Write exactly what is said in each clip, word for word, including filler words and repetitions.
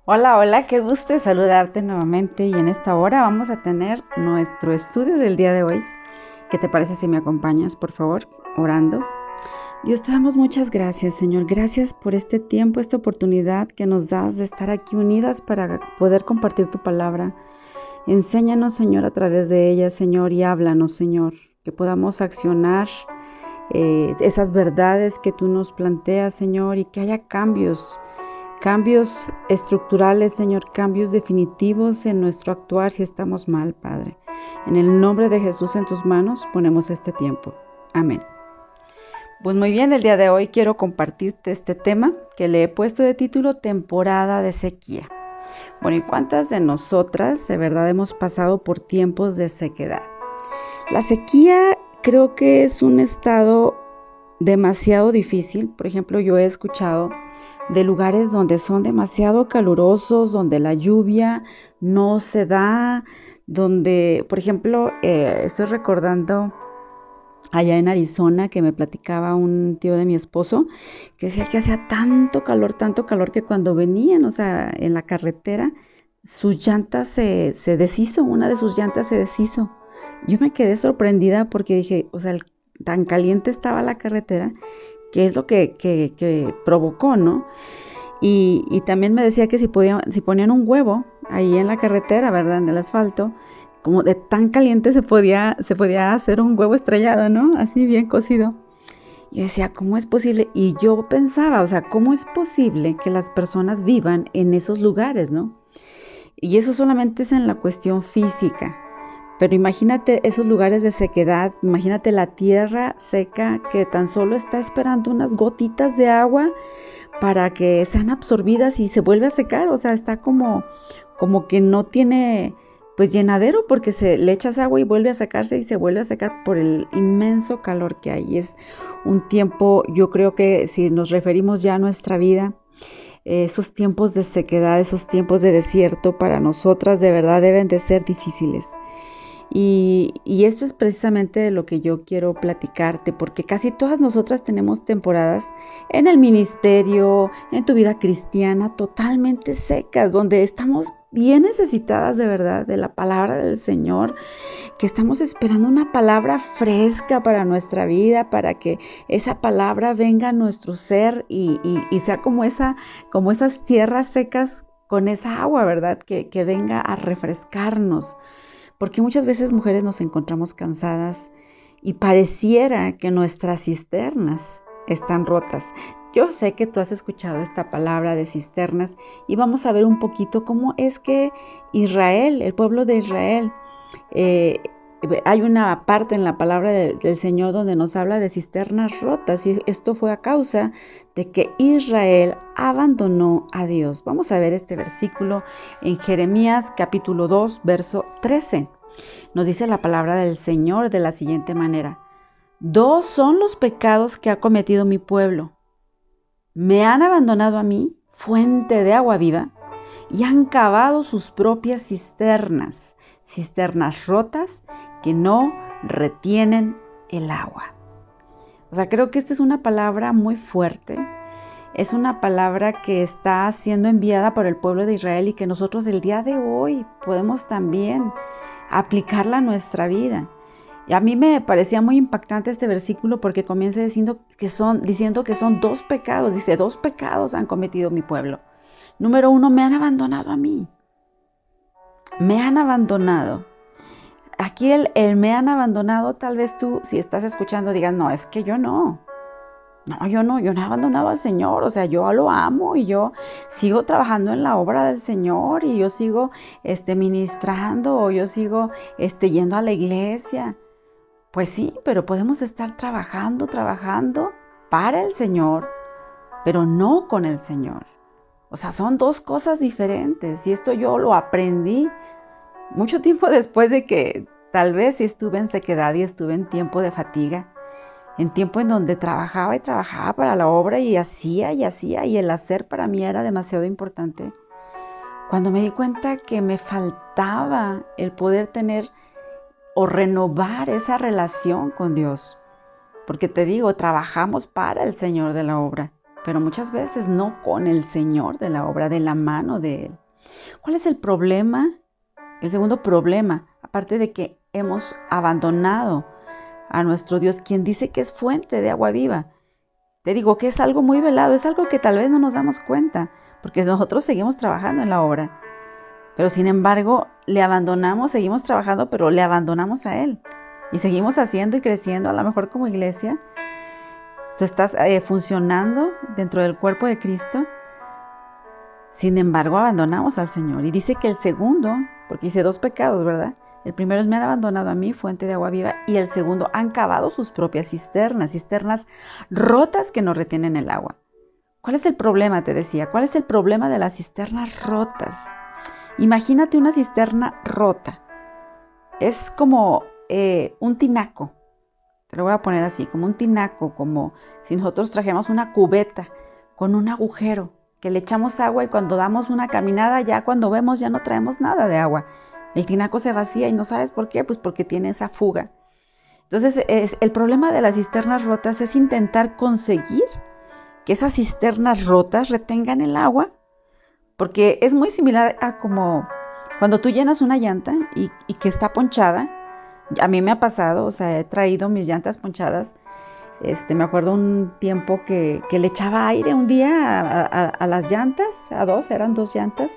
Hola, hola, qué gusto de saludarte nuevamente y en esta hora vamos a tener nuestro estudio del día de hoy. ¿Qué te parece si me acompañas, por favor, orando? Dios, te damos muchas gracias, Señor. Gracias por este tiempo, esta oportunidad que nos das de estar aquí unidas para poder compartir tu palabra. Enséñanos, Señor, a través de ella, Señor, y háblanos, Señor, que podamos accionar eh, esas verdades que tú nos planteas, Señor, y que haya cambios Cambios estructurales, Señor, cambios definitivos en nuestro actuar si estamos mal, Padre. En el nombre de Jesús en tus manos ponemos este tiempo. Amén. Pues muy bien, el día de hoy quiero compartirte este tema que le he puesto de título Temporada de sequía. Bueno, ¿y cuántas de nosotras de verdad hemos pasado por tiempos de sequedad? La sequía creo que es un estado demasiado difícil. Por ejemplo, yo he escuchado de lugares donde son demasiado calurosos, donde la lluvia no se da, donde, por ejemplo, eh, estoy recordando allá en Arizona que me platicaba un tío de mi esposo que decía que hacía tanto calor, tanto calor que cuando venían, o sea, en la carretera, sus llantas se, se deshizo, una de sus llantas se deshizo. Yo me quedé sorprendida porque dije, o sea, el- tan caliente estaba la carretera, que es lo que, que, que provocó, ¿no? Y, y también me decía que si, podían, si ponían un huevo ahí en la carretera, ¿verdad? En el asfalto, como de tan caliente se podía, se podía hacer un huevo estrellado, ¿no? Así bien cocido. Y decía, ¿cómo es posible? Y yo pensaba, o sea, ¿cómo es posible que las personas vivan en esos lugares, ¿no? Y eso solamente es en la cuestión física. Pero imagínate esos lugares de sequedad, imagínate la tierra seca que tan solo está esperando unas gotitas de agua para que sean absorbidas y se vuelve a secar, o sea, está como, como que no tiene pues llenadero porque se le echas agua y vuelve a secarse y se vuelve a secar por el inmenso calor que hay. Y es un tiempo, yo creo que si nos referimos ya a nuestra vida, eh, esos tiempos de sequedad, esos tiempos de desierto para nosotras de verdad deben de ser difíciles. Y, y esto es precisamente de lo que yo quiero platicarte, porque casi todas nosotras tenemos temporadas en el ministerio, en tu vida cristiana, totalmente secas, donde estamos bien necesitadas de verdad de la palabra del Señor, que estamos esperando una palabra fresca para nuestra vida, para que esa palabra venga a nuestro ser y, y, y sea como, esa, como esas tierras secas con esa agua, ¿verdad? Que, que venga a refrescarnos. Porque muchas veces mujeres nos encontramos cansadas y pareciera que nuestras cisternas están rotas. Yo sé que tú has escuchado esta palabra de cisternas y vamos a ver un poquito cómo es que Israel, el pueblo de Israel, eh, hay una parte en la palabra de, del Señor donde nos habla de cisternas rotas y esto fue a causa de que Israel abandonó a Dios. Vamos a ver este versículo en Jeremías capítulo dos, verso trece. Nos dice la palabra del Señor de la siguiente manera: Dos son los pecados que ha cometido mi pueblo. Me han abandonado a mí, fuente de agua viva, y han cavado sus propias cisternas, cisternas rotas que no retienen el agua. O sea, creo que esta es una palabra muy fuerte. Es una palabra que está siendo enviada por el pueblo de Israel y que nosotros el día de hoy podemos también aplicarla a nuestra vida. Y a mí me parecía muy impactante este versículo porque comienza diciendo que son, diciendo que son dos pecados. Dice, dos pecados han cometido mi pueblo. Número uno, me han abandonado a mí. Me han abandonado. Aquí el, el me han abandonado, tal vez tú, si estás escuchando, digas, no, es que yo no. No, yo no, yo no he abandonado al Señor, o sea, yo lo amo y yo sigo trabajando en la obra del Señor y yo sigo este, ministrando o yo sigo este, yendo a la iglesia. Pues sí, pero podemos estar trabajando, trabajando para el Señor, pero no con el Señor. O sea, son dos cosas diferentes y esto yo lo aprendí mucho tiempo después de que tal vez sí estuve en sequedad y estuve en tiempo de fatiga, en tiempo en donde trabajaba y trabajaba para la obra y hacía y hacía y el hacer para mí era demasiado importante. Cuando me di cuenta que me faltaba el poder tener o renovar esa relación con Dios, porque te digo, trabajamos para el Señor de la obra, pero muchas veces no con el Señor de la obra, de la mano de Él. ¿Cuál es el problema? El segundo problema, aparte de que hemos abandonado a nuestro Dios, quien dice que es fuente de agua viva. Te digo que es algo muy velado, es algo que tal vez no nos damos cuenta, porque nosotros seguimos trabajando en la obra. Pero sin embargo, le abandonamos, seguimos trabajando, pero le abandonamos a Él. Y seguimos haciendo y creciendo, a lo mejor como iglesia. Tú estás eh, funcionando dentro del cuerpo de Cristo. Sin embargo, abandonamos al Señor. Y dice que el segundo, porque hice dos pecados, ¿verdad? El primero es me han abandonado a mí, fuente de agua viva. Y el segundo, han cavado sus propias cisternas, cisternas rotas que no retienen el agua. ¿Cuál es el problema? Te decía. ¿Cuál es el problema de las cisternas rotas? Imagínate una cisterna rota. Es como eh, un tinaco. Te lo voy a poner así, como un tinaco, como si nosotros trajéramos una cubeta con un agujero, que le echamos agua y cuando damos una caminada, ya cuando vemos ya no traemos nada de agua. El tinaco se vacía y no sabes por qué, pues porque tiene esa fuga. Entonces, es, el problema de las cisternas rotas es intentar conseguir que esas cisternas rotas retengan el agua, porque es muy similar a como cuando tú llenas una llanta y, y que está ponchada. A mí me ha pasado, o sea, he traído mis llantas ponchadas. Este, me acuerdo un tiempo que, que le echaba aire un día a, a, a las llantas, a dos, eran dos llantas,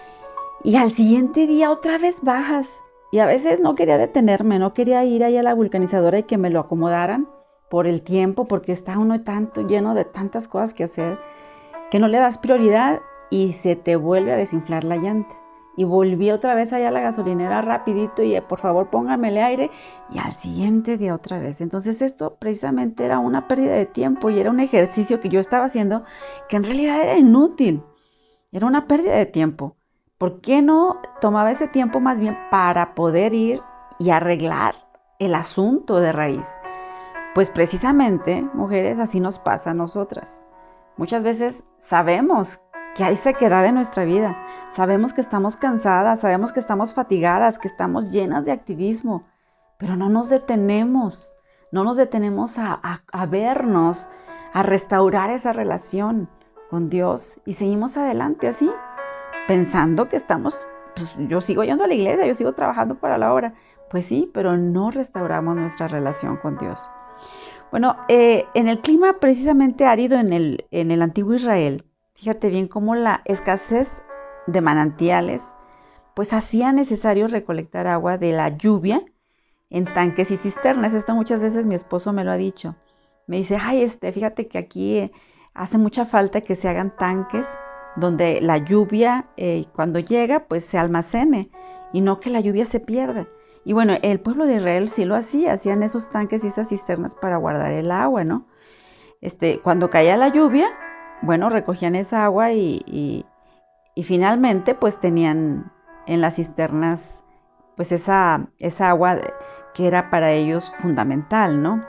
y al siguiente día otra vez bajas. Y a veces no quería detenerme, no quería ir ahí a la vulcanizadora y que me lo acomodaran por el tiempo, porque está uno tanto lleno de tantas cosas que hacer, que no le das prioridad y se te vuelve a desinflar la llanta. Y volví otra vez allá a la gasolinera rapidito y por favor póngamele aire, y al siguiente día otra vez. Entonces esto precisamente era una pérdida de tiempo y era un ejercicio que yo estaba haciendo que en realidad era inútil, era una pérdida de tiempo. ¿Por qué no tomaba ese tiempo más bien para poder ir y arreglar el asunto de raíz? Pues precisamente, mujeres, así nos pasa a nosotras. Muchas veces sabemos que hay sequedad en nuestra vida, sabemos que estamos cansadas, sabemos que estamos fatigadas, que estamos llenas de activismo, pero no nos detenemos, no nos detenemos a, a, a vernos, a restaurar esa relación con Dios y seguimos adelante así, pensando que estamos, pues yo sigo yendo a la iglesia, yo sigo trabajando para la obra, pues sí, pero no restauramos nuestra relación con Dios. Bueno, eh, en el clima precisamente árido en el, en el antiguo Israel, fíjate bien cómo la escasez de manantiales pues hacía necesario recolectar agua de la lluvia en tanques y cisternas. Esto muchas veces mi esposo me lo ha dicho. Me dice, ay, este, fíjate que aquí eh, hace mucha falta que se hagan tanques donde la lluvia eh, cuando llega pues se almacene y no que la lluvia se pierda. Y bueno, el pueblo de Israel sí lo hacía, hacían esos tanques y esas cisternas para guardar el agua, ¿no? Este, cuando caía la lluvia, bueno, recogían esa agua y, y, y finalmente pues tenían en las cisternas pues esa, esa agua que era para ellos fundamental, ¿no?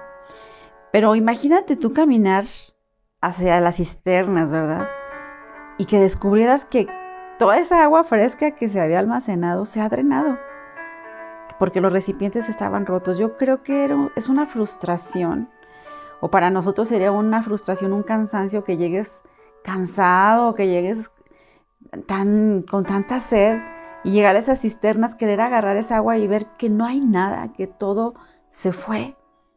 Pero imagínate tú caminar hacia las cisternas, ¿verdad? Y que descubrieras que toda esa agua fresca que se había almacenado se ha drenado, porque los recipientes estaban rotos. Yo creo que era, es una frustración, o para nosotros sería una frustración, un cansancio, que llegues cansado, que llegues tan, con tanta sed y llegar a esas cisternas, querer agarrar esa agua y ver que no hay nada, que todo se fue.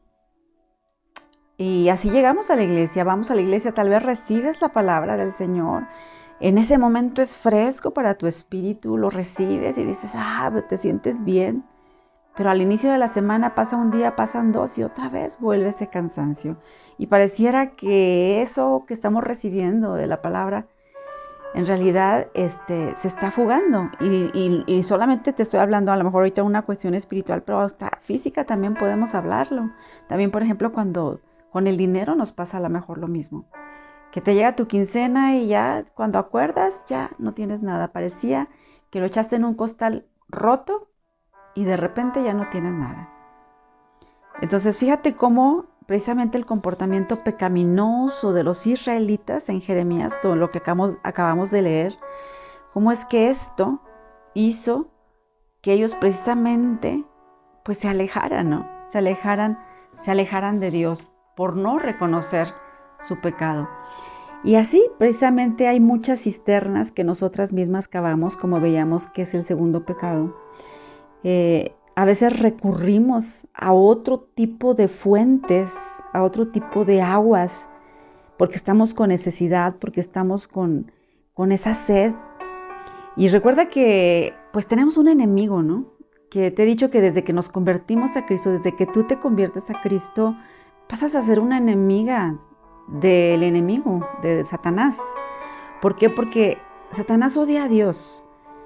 Y así llegamos a la iglesia, vamos a la iglesia, tal vez recibes la palabra del Señor. En ese momento es fresco para tu espíritu, lo recibes y dices, ah, te sientes bien. Pero al inicio de la semana pasa un día, pasan dos y otra vez vuelve ese cansancio. Y pareciera que eso que estamos recibiendo de la palabra, en realidad este, se está fugando. Y, y, y solamente te estoy hablando a lo mejor ahorita una cuestión espiritual, pero hasta física también podemos hablarlo. También, por ejemplo, cuando con el dinero nos pasa a lo mejor lo mismo. Que te llega tu quincena y ya cuando acuerdas ya no tienes nada. Parecía que lo echaste en un costal roto y de repente ya no tienes nada. Entonces fíjate cómo precisamente el comportamiento pecaminoso de los israelitas en Jeremías, todo lo que acabamos, acabamos de leer, cómo es que esto hizo que ellos precisamente pues se alejaran, ¿no? Se alejaran, se alejaran de Dios por no reconocer su pecado. Y así, precisamente, hay muchas cisternas que nosotras mismas cavamos, como veíamos que es el segundo pecado. Eh, a veces recurrimos a otro tipo de fuentes, a otro tipo de aguas, porque estamos con necesidad, porque estamos con, con esa sed. Y recuerda que pues tenemos un enemigo, ¿no? Que te he dicho que desde que nos convertimos a Cristo, desde que tú te conviertes a Cristo, pasas a ser una enemiga del enemigo, de Satanás. ¿Por qué? Porque Satanás odia a Dios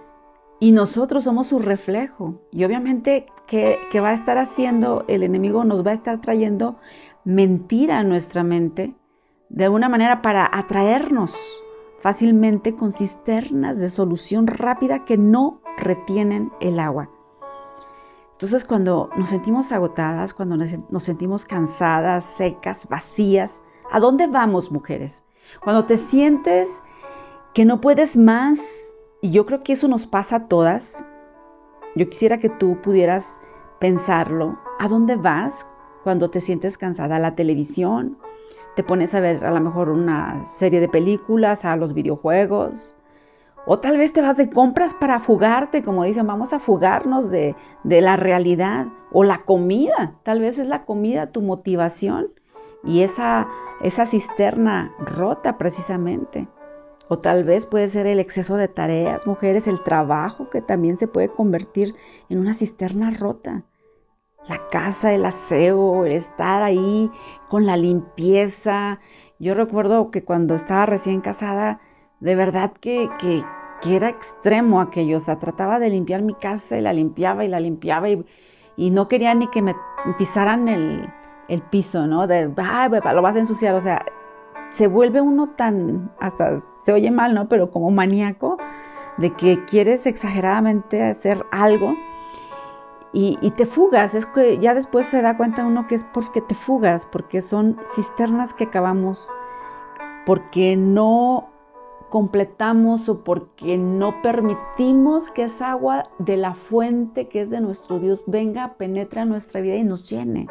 y nosotros somos su reflejo. Y obviamente, ¿qué, qué va a estar haciendo el enemigo? Nos va a estar trayendo mentira a nuestra mente, de alguna manera para atraernos fácilmente con cisternas de solución rápida que no retienen el agua. Entonces, cuando nos sentimos agotadas, cuando nos sentimos cansadas, secas, vacías, ¿a dónde vamos, mujeres? Cuando te sientes que no puedes más, y yo creo que eso nos pasa a todas, yo quisiera que tú pudieras pensarlo. ¿A dónde vas cuando te sientes cansada? ¿A la televisión? ¿Te pones a ver a lo mejor una serie de películas, a los videojuegos? O tal vez te vas de compras para fugarte, como dicen, vamos a fugarnos de, de la realidad. O la comida, tal vez es la comida tu motivación y esa, esa cisterna rota precisamente. O tal vez puede ser el exceso de tareas, mujeres, el trabajo que también se puede convertir en una cisterna rota. La casa, el aseo, el estar ahí con la limpieza. Yo recuerdo que cuando estaba recién casada, de verdad que, que, que era extremo aquello. O sea, trataba de limpiar mi casa y la limpiaba y la limpiaba y, y no quería ni que me pisaran el, el piso, ¿no? De, ay, lo vas a ensuciar. O sea, se vuelve uno tan, hasta se oye mal, ¿no? Pero como maníaco, de que quieres exageradamente hacer algo y, y te fugas. Es que ya después se da cuenta uno que es porque te fugas, porque son cisternas que cavamos, porque no completamos o porque no permitimos que esa agua de la fuente que es de nuestro Dios venga, penetre a nuestra vida y nos llene.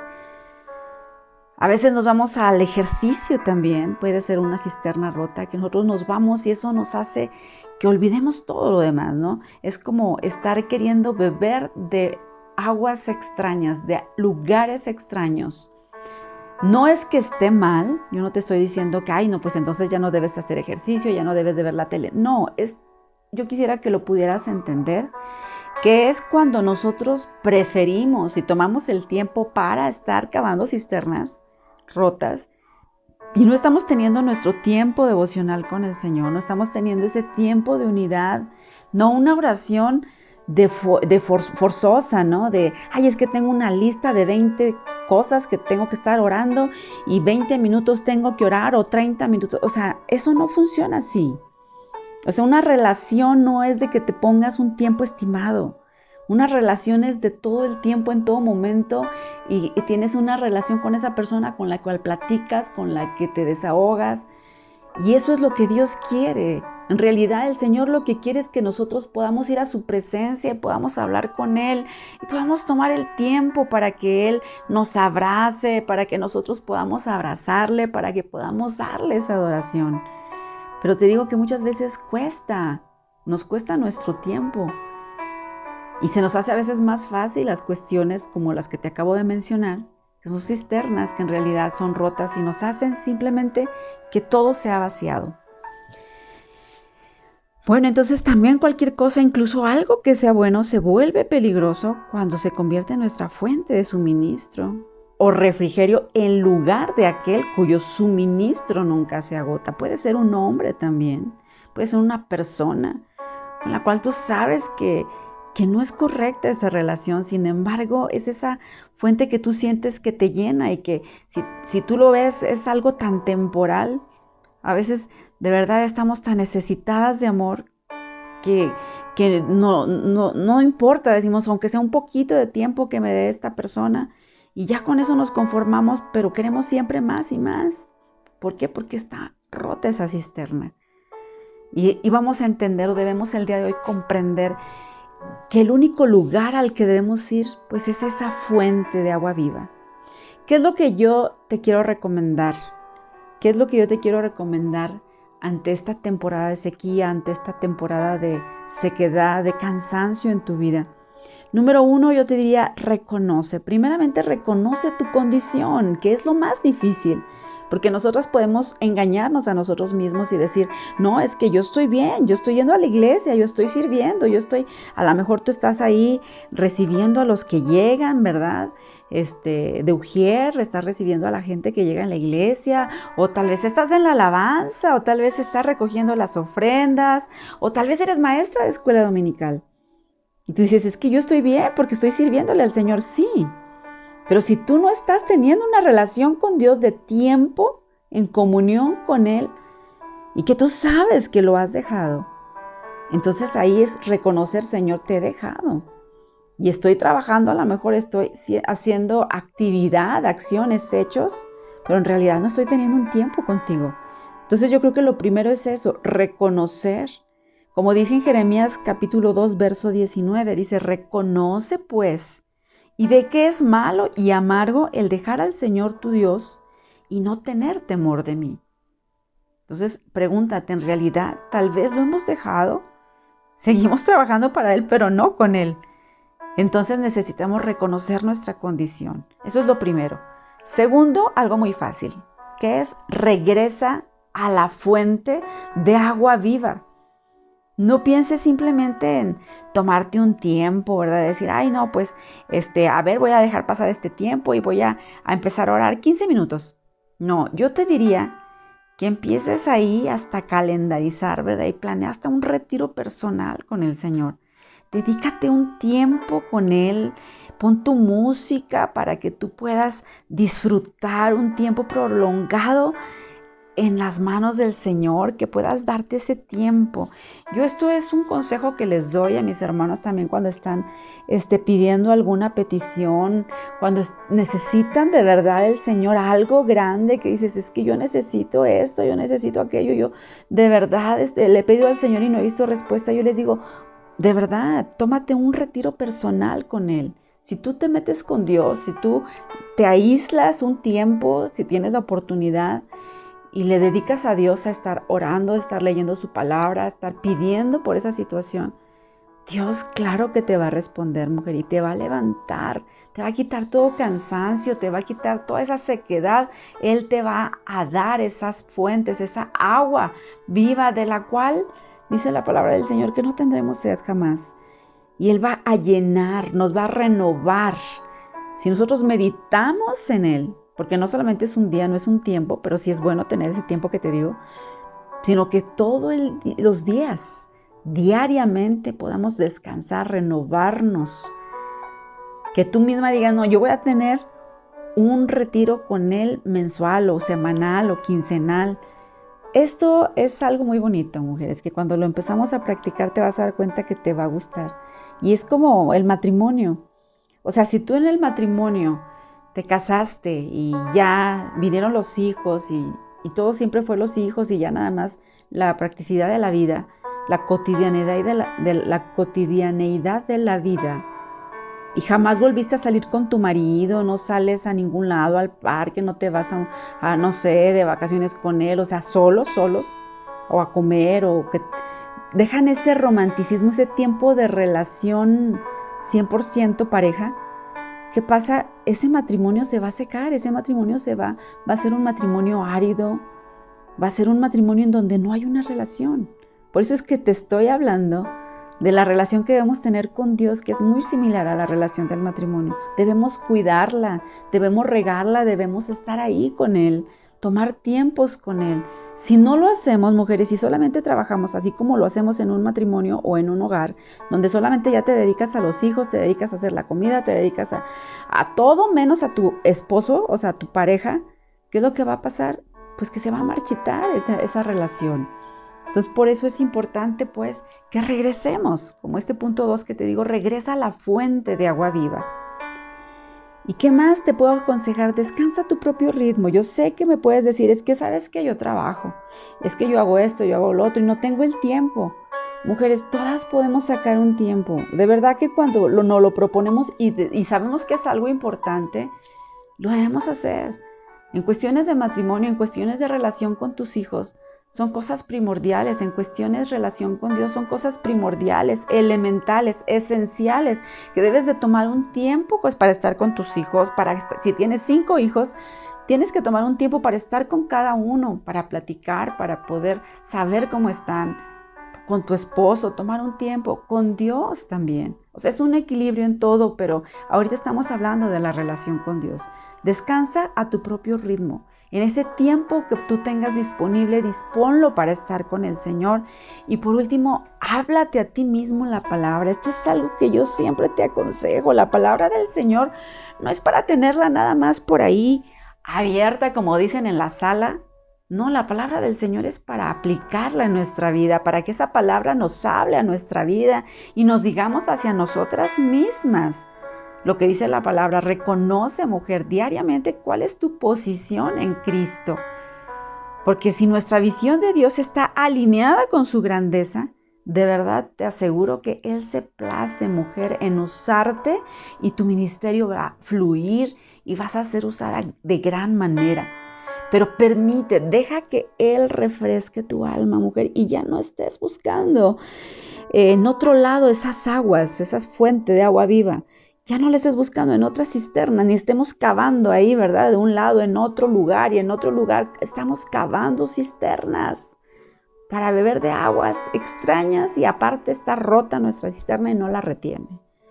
A veces nos vamos al ejercicio también, puede ser una cisterna rota, que nosotros nos vamos y eso nos hace que olvidemos todo lo demás, ¿no? Es como estar queriendo beber de aguas extrañas, de lugares extraños. No es que esté mal, yo no te estoy diciendo que, ay, no, pues entonces ya no debes hacer ejercicio, ya no debes de ver la tele. No, es, yo quisiera que lo pudieras entender, que es cuando nosotros preferimos y tomamos el tiempo para estar cavando cisternas rotas y no estamos teniendo nuestro tiempo devocional con el Señor, no estamos teniendo ese tiempo de unidad, no una oración de, for, de for, forzosa, ¿no? De, ay, es que tengo una lista de veinte cosas que tengo que estar orando y veinte minutos tengo que orar o treinta minutos, o sea, eso no funciona así. O sea, una relación no es de que te pongas un tiempo estimado. Una relación es de todo el tiempo, en todo momento, y, y tienes una relación con esa persona con la cual platicas, con la que te desahogas. Y eso es lo que Dios quiere. En realidad el Señor lo que quiere es que nosotros podamos ir a su presencia y podamos hablar con Él y podamos tomar el tiempo para que Él nos abrace, para que nosotros podamos abrazarle, para que podamos darle esa adoración. Pero te digo que muchas veces cuesta, nos cuesta nuestro tiempo. Y se nos hace a veces más fácil las cuestiones como las que te acabo de mencionar, que son cisternas que en realidad son rotas y nos hacen simplemente que todo sea vaciado. Bueno, entonces también cualquier cosa, incluso algo que sea bueno, se vuelve peligroso cuando se convierte en nuestra fuente de suministro o refrigerio en lugar de aquel cuyo suministro nunca se agota. Puede ser un hombre también, puede ser una persona con la cual tú sabes que, que no es correcta esa relación. Sin embargo, es esa fuente que tú sientes que te llena y que si, si tú lo ves es algo tan temporal. A veces de verdad estamos tan necesitadas de amor que, que no, no, no importa, decimos, aunque sea un poquito de tiempo que me dé esta persona, y ya con eso nos conformamos, pero queremos siempre más y más. ¿Por qué? Porque está rota esa cisterna. Y, y vamos a entender, o debemos el día de hoy comprender, que el único lugar al que debemos ir, pues es esa fuente de agua viva. ¿Qué es lo que yo te quiero recomendar? ¿Qué es lo que yo te quiero recomendar ante esta temporada de sequía, ante esta temporada de sequedad, de cansancio en tu vida? Número uno, yo te diría, reconoce. Primeramente, reconoce tu condición, que es lo más difícil. Porque nosotros podemos engañarnos a nosotros mismos y decir, no, es que yo estoy bien, yo estoy yendo a la iglesia, yo estoy sirviendo, yo estoy, a lo mejor tú estás ahí recibiendo a los que llegan, ¿verdad? Este, de Ujier, estás recibiendo a la gente que llega en la iglesia, o tal vez estás en la alabanza, o tal vez estás recogiendo las ofrendas, o tal vez eres maestra de escuela dominical. Y tú dices, es que yo estoy bien porque estoy sirviéndole al Señor, sí. Pero si tú no estás teniendo una relación con Dios de tiempo, en comunión con Él, y que tú sabes que lo has dejado, entonces ahí es reconocer, Señor, te he dejado. Y estoy trabajando, a lo mejor estoy haciendo actividad, acciones, hechos, pero en realidad no estoy teniendo un tiempo contigo. Entonces yo creo que lo primero es eso, reconocer. Como dice en Jeremías capítulo dos, verso diecinueve, dice, reconoce pues y ve que es malo y amargo el dejar al Señor tu Dios y no tener temor de mí. Entonces, pregúntate, ¿en realidad tal vez lo hemos dejado? Seguimos trabajando para Él, pero no con Él. Entonces necesitamos reconocer nuestra condición. Eso es lo primero. Segundo, algo muy fácil, que es regresa a la fuente de agua viva. No pienses simplemente en tomarte un tiempo, ¿verdad? Decir, ay, no, pues, este, a ver, voy a dejar pasar este tiempo y voy a, a empezar a orar quince minutos. No, yo te diría que empieces ahí hasta calendarizar, ¿verdad? Y planea hasta un retiro personal con el Señor. Dedícate un tiempo con Él. Pon tu música para que tú puedas disfrutar un tiempo prolongado en las manos del Señor, que puedas darte ese tiempo. Yo esto es un consejo que les doy a mis hermanos también cuando están este, pidiendo alguna petición, cuando necesitan de verdad del Señor algo grande, que dices, es que yo necesito esto, yo necesito aquello, yo de verdad este, le he pedido al Señor y no he visto respuesta. Yo les digo, de verdad, tómate un retiro personal con Él. Si tú te metes con Dios, si tú te aíslas un tiempo, si tienes la oportunidad, y le dedicas a Dios a estar orando, a estar leyendo su palabra, a estar pidiendo por esa situación, Dios claro que te va a responder, mujer, y te va a levantar, te va a quitar todo cansancio, te va a quitar toda esa sequedad. Él te va a dar esas fuentes, esa agua viva de la cual dice la palabra del Señor que no tendremos sed jamás. Y Él va a llenar, nos va a renovar. Si nosotros meditamos en Él, porque no solamente es un día, no es un tiempo, pero sí es bueno tener ese tiempo que te digo, sino que todos los días, diariamente podamos descansar, renovarnos. Que tú misma digas, no, yo voy a tener un retiro con Él mensual o semanal o quincenal. Esto es algo muy bonito, mujeres, que cuando lo empezamos a practicar te vas a dar cuenta que te va a gustar. Y es como el matrimonio. O sea, si tú en el matrimonio te casaste y ya vinieron los hijos y, y todo siempre fue los hijos y ya nada más la practicidad de la vida, la cotidianeidad de la, de la cotidianeidad de la vida, y jamás volviste a salir con tu marido, no sales a ningún lado, al parque, no te vas a, a no sé, de vacaciones con él, o sea, solos, solos, o a comer, o que dejan ese romanticismo, ese tiempo de relación cien por ciento pareja. ¿Qué pasa? Ese matrimonio se va a secar, ese matrimonio se va, va a ser un matrimonio árido, va a ser un matrimonio en donde no hay una relación. Por eso es que te estoy hablando de la relación que debemos tener con Dios, que es muy similar a la relación del matrimonio. Debemos cuidarla, debemos regarla, debemos estar ahí con Él, tomar tiempos con Él. Si no lo hacemos, mujeres, y solamente trabajamos así como lo hacemos en un matrimonio o en un hogar, donde solamente ya te dedicas a los hijos, te dedicas a hacer la comida, te dedicas a, a todo menos a tu esposo, o sea, a tu pareja, ¿qué es lo que va a pasar? Pues que se va a marchitar esa, esa relación. Entonces, por eso es importante, pues, que regresemos, como este punto dos que te digo, regresa a la fuente de agua viva. ¿Y qué más te puedo aconsejar? Descansa a tu propio ritmo. Yo sé que me puedes decir, es que sabes que yo trabajo, es que yo hago esto, yo hago lo otro y no tengo el tiempo. Mujeres, todas podemos sacar un tiempo. De verdad que cuando lo, no lo proponemos y, de, y sabemos que es algo importante, lo debemos hacer. En cuestiones de matrimonio, en cuestiones de relación con tus hijos, Son cosas primordiales, en cuestiones de relación con Dios, son cosas primordiales, elementales, esenciales, que debes de tomar un tiempo pues, para estar con tus hijos. Para, si tienes cinco hijos, tienes que tomar un tiempo para estar con cada uno, para platicar, para poder saber cómo están. Con tu esposo, tomar un tiempo, con Dios también. O sea, es un equilibrio en todo, pero ahorita estamos hablando de la relación con Dios. Descansa a tu propio ritmo. En ese tiempo que tú tengas disponible, disponlo para estar con el Señor. Y por último, háblate a ti mismo la palabra. Esto es algo que yo siempre te aconsejo. La palabra del Señor no es para tenerla nada más por ahí abierta, como dicen en la sala. No, la palabra del Señor es para aplicarla en nuestra vida, para que esa palabra nos hable a nuestra vida y nos digamos hacia nosotras mismas. Lo que dice la palabra, reconoce, mujer, diariamente cuál es tu posición en Cristo. Porque si nuestra visión de Dios está alineada con su grandeza, de verdad te aseguro que Él se place, mujer, en usarte y tu ministerio va a fluir y vas a ser usada de gran manera. Pero permite, deja que Él refresque tu alma, mujer, y ya no estés buscando eh, en otro lado esas aguas, esas fuentes de agua viva. Ya no le estés buscando en otra cisterna, ni estemos cavando ahí, ¿verdad? De un lado en otro lugar y en otro lugar. Estamos cavando cisternas para beber de aguas extrañas y aparte está rota nuestra cisterna y no la retiene.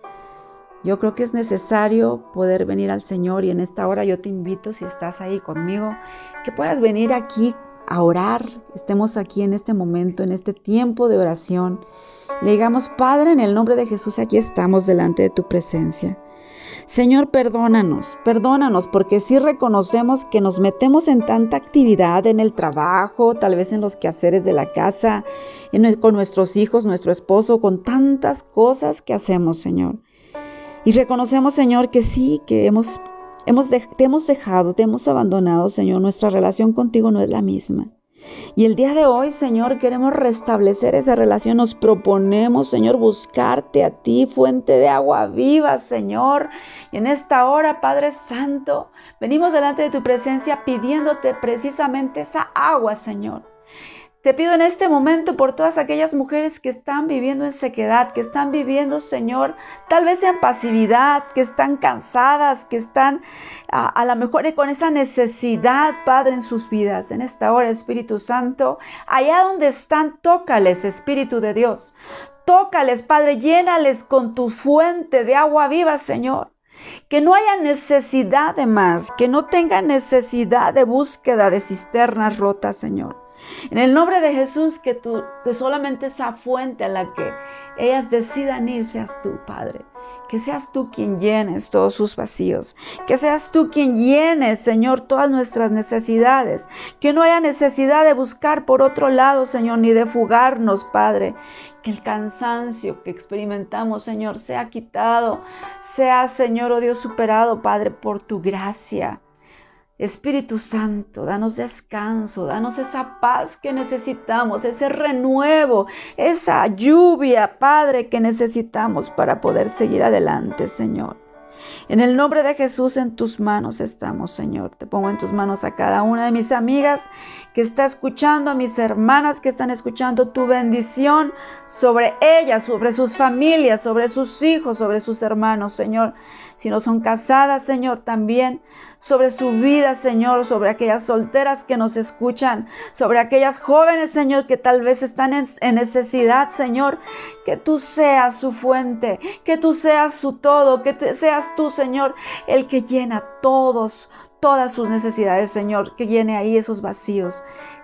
Yo creo que es necesario poder venir al Señor y en esta hora yo te invito, si estás ahí conmigo, que puedas venir aquí a orar. Estemos aquí en este momento, en este tiempo de oración. Le digamos, Padre, en el nombre de Jesús, aquí estamos delante de tu presencia. Señor, perdónanos, perdónanos, porque sí reconocemos que nos metemos en tanta actividad en el trabajo, tal vez en los quehaceres de la casa, en, con nuestros hijos, nuestro esposo, con tantas cosas que hacemos, Señor. Y reconocemos, Señor, que sí, que hemos, hemos de, te hemos dejado, te hemos abandonado, Señor. Nuestra relación contigo no es la misma. Y el día de hoy, Señor, queremos restablecer esa relación. Nos proponemos, Señor, buscarte a ti, fuente de agua viva, Señor. Y en esta hora, Padre Santo, venimos delante de tu presencia pidiéndote precisamente esa agua, Señor. Te pido en este momento por todas aquellas mujeres que están viviendo en sequedad, que están viviendo, Señor, tal vez en pasividad, que están cansadas, que están a, a lo mejor con esa necesidad, Padre, en sus vidas. En esta hora, Espíritu Santo, allá donde están, tócales, Espíritu de Dios. Tócales, Padre, llénales con tu fuente de agua viva, Señor. Que no haya necesidad de más, que no tengan necesidad de búsqueda de cisternas rotas, Señor. En el nombre de Jesús, que, tú, que solamente esa fuente a la que ellas decidan ir seas tú, Padre. Que seas tú quien llenes todos sus vacíos. Que seas tú quien llenes, Señor, todas nuestras necesidades. Que no haya necesidad de buscar por otro lado, Señor, ni de fugarnos, Padre. Que el cansancio que experimentamos, Señor, sea quitado. Sea, Señor, oh Dios, superado, Padre, por tu gracia. Espíritu Santo, danos descanso, danos esa paz que necesitamos, ese renuevo, esa lluvia, Padre, que necesitamos para poder seguir adelante, Señor. En el nombre de Jesús, en tus manos estamos, Señor. Te pongo en tus manos a cada una de mis amigas que está escuchando, a mis hermanas que están escuchando, tu bendición sobre ellas, sobre sus familias, sobre sus hijos, sobre sus hermanos, Señor. Si no son casadas, Señor, también sobre su vida, Señor, sobre aquellas solteras que nos escuchan, sobre aquellas jóvenes, Señor, que tal vez están en, en necesidad, Señor, que tú seas su fuente, que tú seas su todo, que te, seas tú, Señor, el que llena todos, todas sus necesidades, Señor, que llene ahí esos vacíos.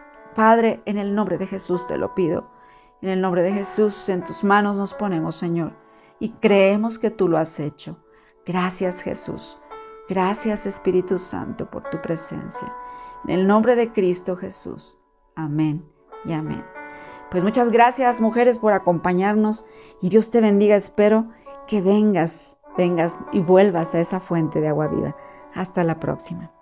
Padre, en el nombre de Jesús te lo pido. En el nombre de Jesús, en tus manos nos ponemos, Señor, y creemos que tú lo has hecho. Gracias, Jesús. Gracias, Espíritu Santo, por tu presencia. En el nombre de Cristo Jesús. Amén y amén. Pues muchas gracias, mujeres, por acompañarnos y Dios te bendiga. Espero que vengas, vengas y vuelvas a esa fuente de agua viva. Hasta la próxima.